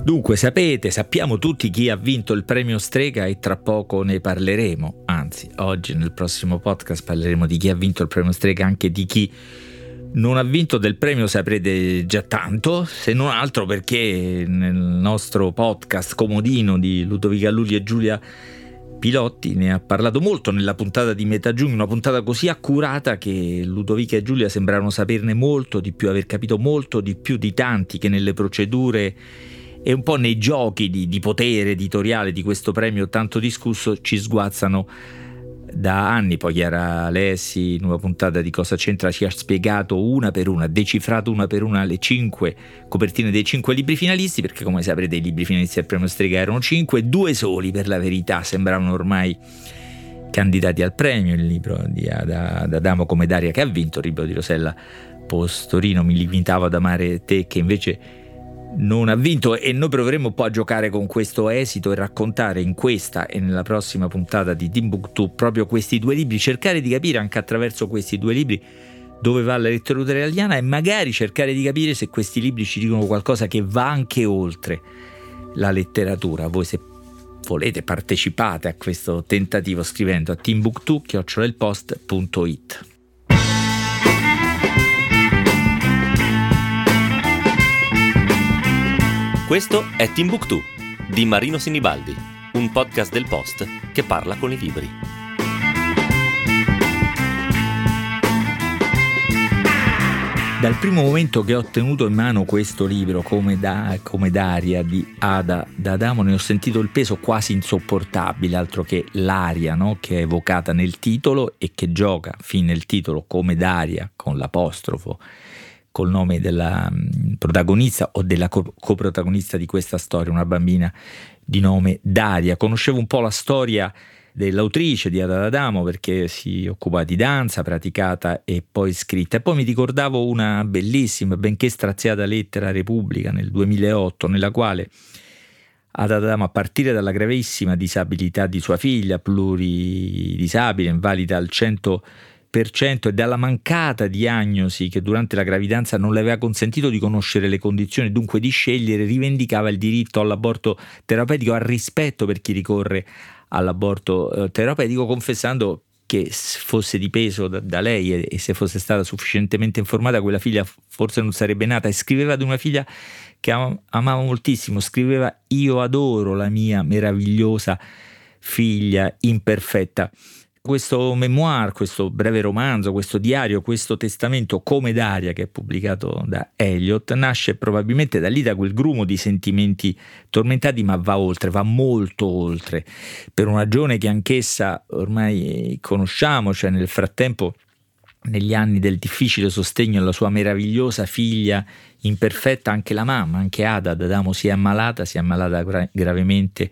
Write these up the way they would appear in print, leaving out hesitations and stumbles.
Dunque sappiamo tutti chi ha vinto il premio Strega e tra poco ne parleremo, anzi oggi nel prossimo podcast parleremo di chi ha vinto il premio Strega, anche di chi non ha vinto del premio saprete già tanto, se non altro perché nel nostro podcast comodino di Ludovica Lulli e Giulia Pilotti ne ha parlato molto nella puntata di metà giugno, una puntata così accurata che Ludovica e Giulia sembrarono saperne molto di più, aver capito molto di più di tanti che nelle procedure e un po' nei giochi di potere editoriale di questo premio tanto discusso ci sguazzano da anni. Poi Chiara Alessi in una puntata di Cosa c'entra ci ha spiegato una per una, decifrato una per una le 5 copertine dei 5 libri finalisti, perché come saprete i libri finalisti del premio Strega erano 5, 2 soli per la verità sembravano ormai candidati al premio: il libro di Adamo Come Daria, che ha vinto, il libro di Rosella Postorino Mi limitavo ad amare te, che invece non ha vinto. E noi proveremo un po' a giocare con questo esito e raccontare in questa e nella prossima puntata di Timbuktu proprio questi 2 libri, cercare di capire anche attraverso questi 2 libri dove va la letteratura italiana e magari cercare di capire se questi libri ci dicono qualcosa che va anche oltre la letteratura. Voi, se volete, partecipate a questo tentativo scrivendo a timbuktu@ilpost.it. Questo è Timbuktu di Marino Sinibaldi, un podcast del Post che parla con i libri. Dal primo momento che ho tenuto in mano questo libro, Come Daria di Ada d'Adamo, ne ho sentito il peso quasi insopportabile, altro che l'aria, no? Che è evocata nel titolo e che gioca fin nel titolo come Daria con l'apostrofo, col nome della protagonista o della coprotagonista di questa storia, una bambina di nome Daria. Conoscevo un po' la storia dell'autrice di Ada d'Adamo perché si occupa di danza praticata e poi scritta, e poi mi ricordavo una bellissima, benché straziata lettera a Repubblica nel 2008, nella quale Ada d'Adamo, a partire dalla gravissima disabilità di sua figlia, pluridisabile, invalida al 100%, e dalla mancata diagnosi che durante la gravidanza non le aveva consentito di conoscere le condizioni, dunque di scegliere, rivendicava il diritto all'aborto terapeutico, al rispetto per chi ricorre all'aborto terapeutico, confessando che fosse dipeso da lei e se fosse stata sufficientemente informata quella figlia forse non sarebbe nata. E scriveva di una figlia che amava moltissimo, scriveva: io adoro la mia meravigliosa figlia imperfetta. Questo memoir, questo breve romanzo, questo diario, questo testamento Come Daria, che è pubblicato da Eliot, nasce probabilmente da lì, da quel grumo di sentimenti tormentati, ma va oltre, va molto oltre, per una ragione che anch'essa ormai conosciamo. Cioè, nel frattempo, negli anni del difficile sostegno alla sua meravigliosa figlia imperfetta, anche la mamma, anche Ada d'Adamo, si è ammalata gravemente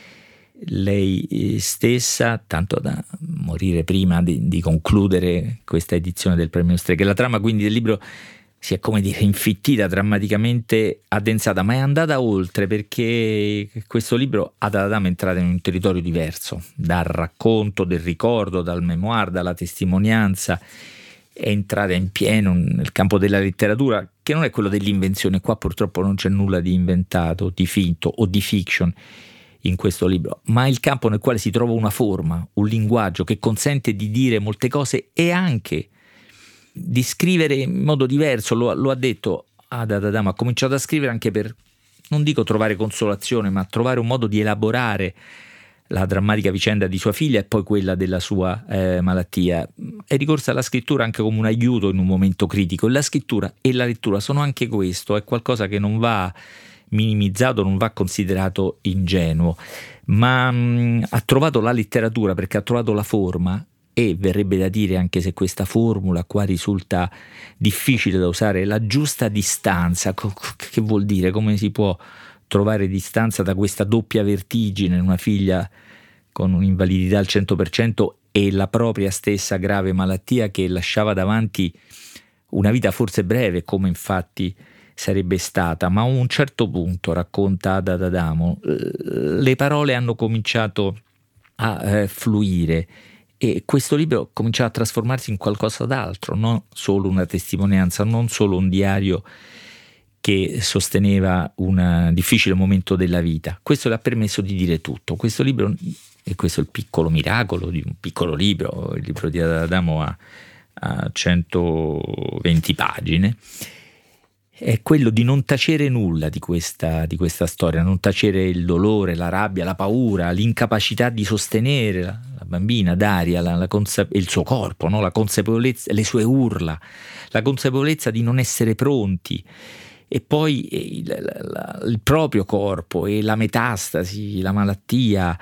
lei stessa, tanto da morire prima di concludere questa edizione del premio Strega. La trama quindi del libro si è, come dire, infittita, drammaticamente addensata, ma è andata oltre, perché questo libro Ada d'Adamo è entrata in un territorio diverso, dal racconto, del ricordo, dal memoir, dalla testimonianza. È entrata in pieno nel campo della letteratura, che non è quello dell'invenzione. Qua purtroppo non c'è nulla di inventato, di finto o di fiction in questo libro, ma il campo nel quale si trova una forma, un linguaggio che consente di dire molte cose e anche di scrivere in modo diverso. Lo ha detto Ada d'Adamo, ha cominciato a scrivere anche per, non dico trovare consolazione, ma trovare un modo di elaborare la drammatica vicenda di sua figlia e poi quella della sua malattia. È ricorsa alla scrittura anche come un aiuto in un momento critico. La scrittura e la lettura sono anche questo, è qualcosa che non va minimizzato, non va considerato ingenuo, ma ha trovato la letteratura perché ha trovato la forma, e verrebbe da dire, anche se questa formula qua risulta difficile da usare, la giusta distanza. Che vuol dire? Come si può trovare distanza da questa doppia vertigine, una figlia con un'invalidità al 100% e la propria stessa grave malattia che lasciava davanti una vita forse breve, come infatti sarebbe stata, ma a un certo punto, racconta Ada d'Adamo, le parole hanno cominciato a fluire e questo libro cominciò a trasformarsi in qualcosa d'altro, non solo una testimonianza, non solo un diario che sosteneva un difficile momento della vita. Questo le ha permesso di dire tutto. Questo libro, e questo è il piccolo miracolo di un piccolo libro, il libro di Ada d'Adamo a 120 pagine, è quello di non tacere nulla di questa storia, non tacere il dolore, la rabbia, la paura, l'incapacità di sostenere la bambina Daria, il suo corpo, no? La consapevolezza, le sue urla, la consapevolezza di non essere pronti, e poi il proprio corpo e la metastasi, la malattia,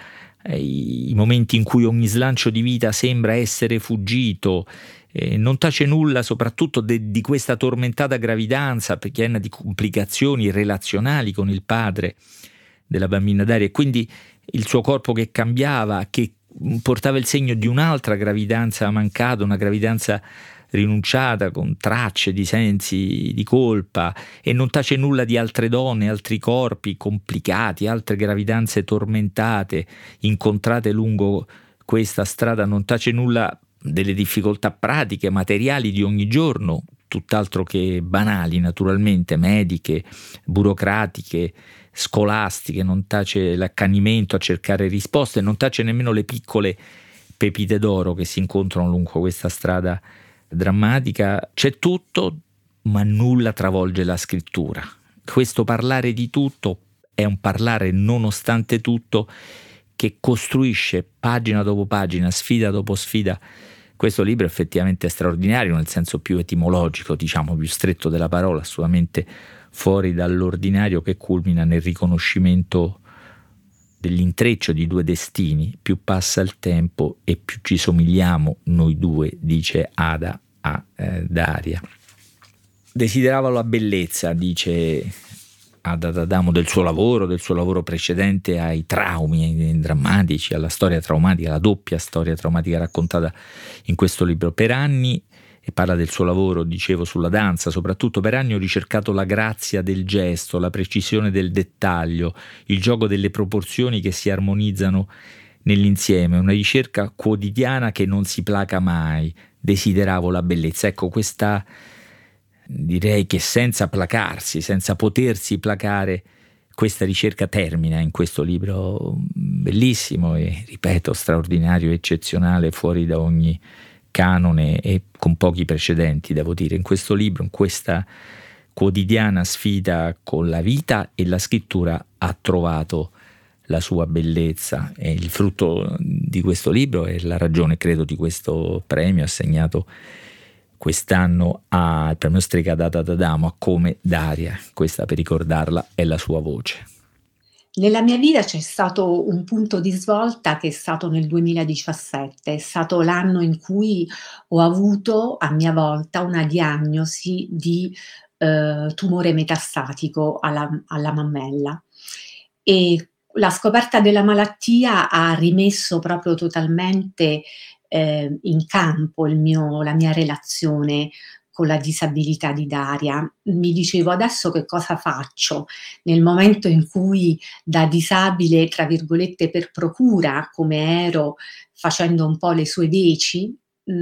i momenti in cui ogni slancio di vita sembra essere fuggito. Non tace nulla soprattutto di questa tormentata gravidanza, piena di complicazioni relazionali con il padre della bambina Daria, e quindi il suo corpo che cambiava, che portava il segno di un'altra gravidanza mancata, una gravidanza rinunciata, con tracce di sensi di colpa. E non tace nulla di altre donne, altri corpi complicati, altre gravidanze tormentate incontrate lungo questa strada. Non tace nulla delle difficoltà pratiche, materiali di ogni giorno, tutt'altro che banali, naturalmente, mediche, burocratiche, scolastiche. Non tace l'accanimento a cercare risposte, non tace nemmeno le piccole pepite d'oro che si incontrano lungo questa strada drammatica. C'è tutto, ma nulla travolge la scrittura. Questo parlare di tutto è un parlare nonostante tutto, che costruisce pagina dopo pagina, sfida dopo sfida. Questo libro effettivamente è straordinario nel senso più etimologico, diciamo, più stretto della parola, assolutamente fuori dall'ordinario, che culmina nel riconoscimento dell'intreccio di due destini. Più passa il tempo e più ci somigliamo noi due, dice Ada a Daria. Desiderava la bellezza, dice Ada d'Adamo, del suo lavoro precedente ai traumi drammatici, alla storia traumatica, la doppia storia traumatica raccontata in questo libro. Per anni, e parla del suo lavoro, dicevo, sulla danza, soprattutto per anni ho ricercato la grazia del gesto, la precisione del dettaglio, il gioco delle proporzioni che si armonizzano nell'insieme, una ricerca quotidiana che non si placa mai. Desideravo la bellezza. Ecco, questa, direi che senza placarsi, senza potersi placare, questa ricerca termina in questo libro bellissimo e, ripeto, straordinario, eccezionale, fuori da ogni canone e con pochi precedenti, devo dire. In questo libro, in questa quotidiana sfida con la vita e la scrittura, ha trovato la sua bellezza, e il frutto di questo libro è la ragione, credo, di questo premio assegnato quest'anno al premio Strega ad Ada d'Adamo, a Come Daria. Questa, per ricordarla, è la sua voce. Nella mia vita c'è stato un punto di svolta che è stato nel 2017, è stato l'anno in cui ho avuto a mia volta una diagnosi di tumore metastatico alla mammella, e la scoperta della malattia ha rimesso proprio totalmente in campo la mia relazione con la disabilità di Daria. Mi dicevo: adesso che cosa faccio? Nel momento in cui da disabile, tra virgolette, per procura, come ero, facendo un po' le sue veci,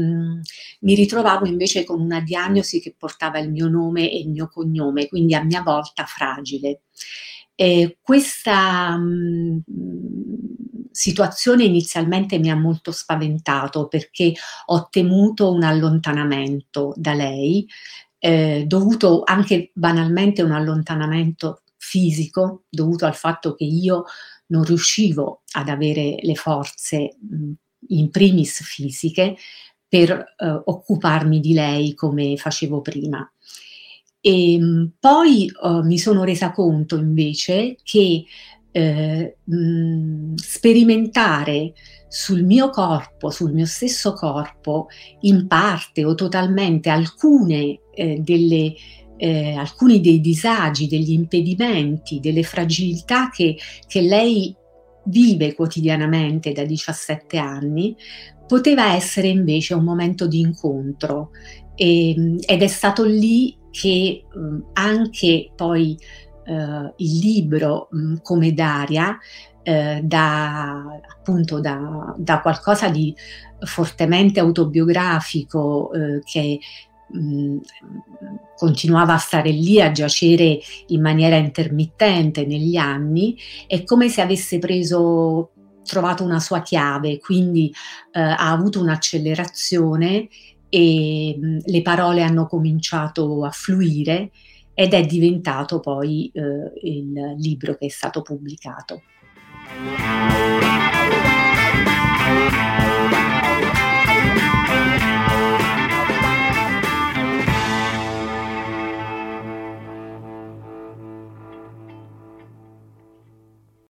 mi ritrovavo invece con una diagnosi che portava il mio nome e il mio cognome, quindi a mia volta fragile. Questa situazione inizialmente mi ha molto spaventato, perché ho temuto un allontanamento da lei, dovuto anche banalmente a un allontanamento fisico, dovuto al fatto che io non riuscivo ad avere le forze, in primis fisiche, per occuparmi di lei come facevo prima. E poi mi sono resa conto invece che sperimentare sul mio corpo, sul mio stesso corpo, in parte o totalmente alcuni dei disagi, degli impedimenti, delle fragilità che lei vive quotidianamente da 17 anni, poteva essere invece un momento di incontro, ed è stato lì che anche poi il libro Come Daria, da qualcosa di fortemente autobiografico, che continuava a stare lì a giacere in maniera intermittente negli anni, è come se avesse trovato una sua chiave, quindi ha avuto un'accelerazione e le parole hanno cominciato a fluire ed è diventato poi il libro che è stato pubblicato.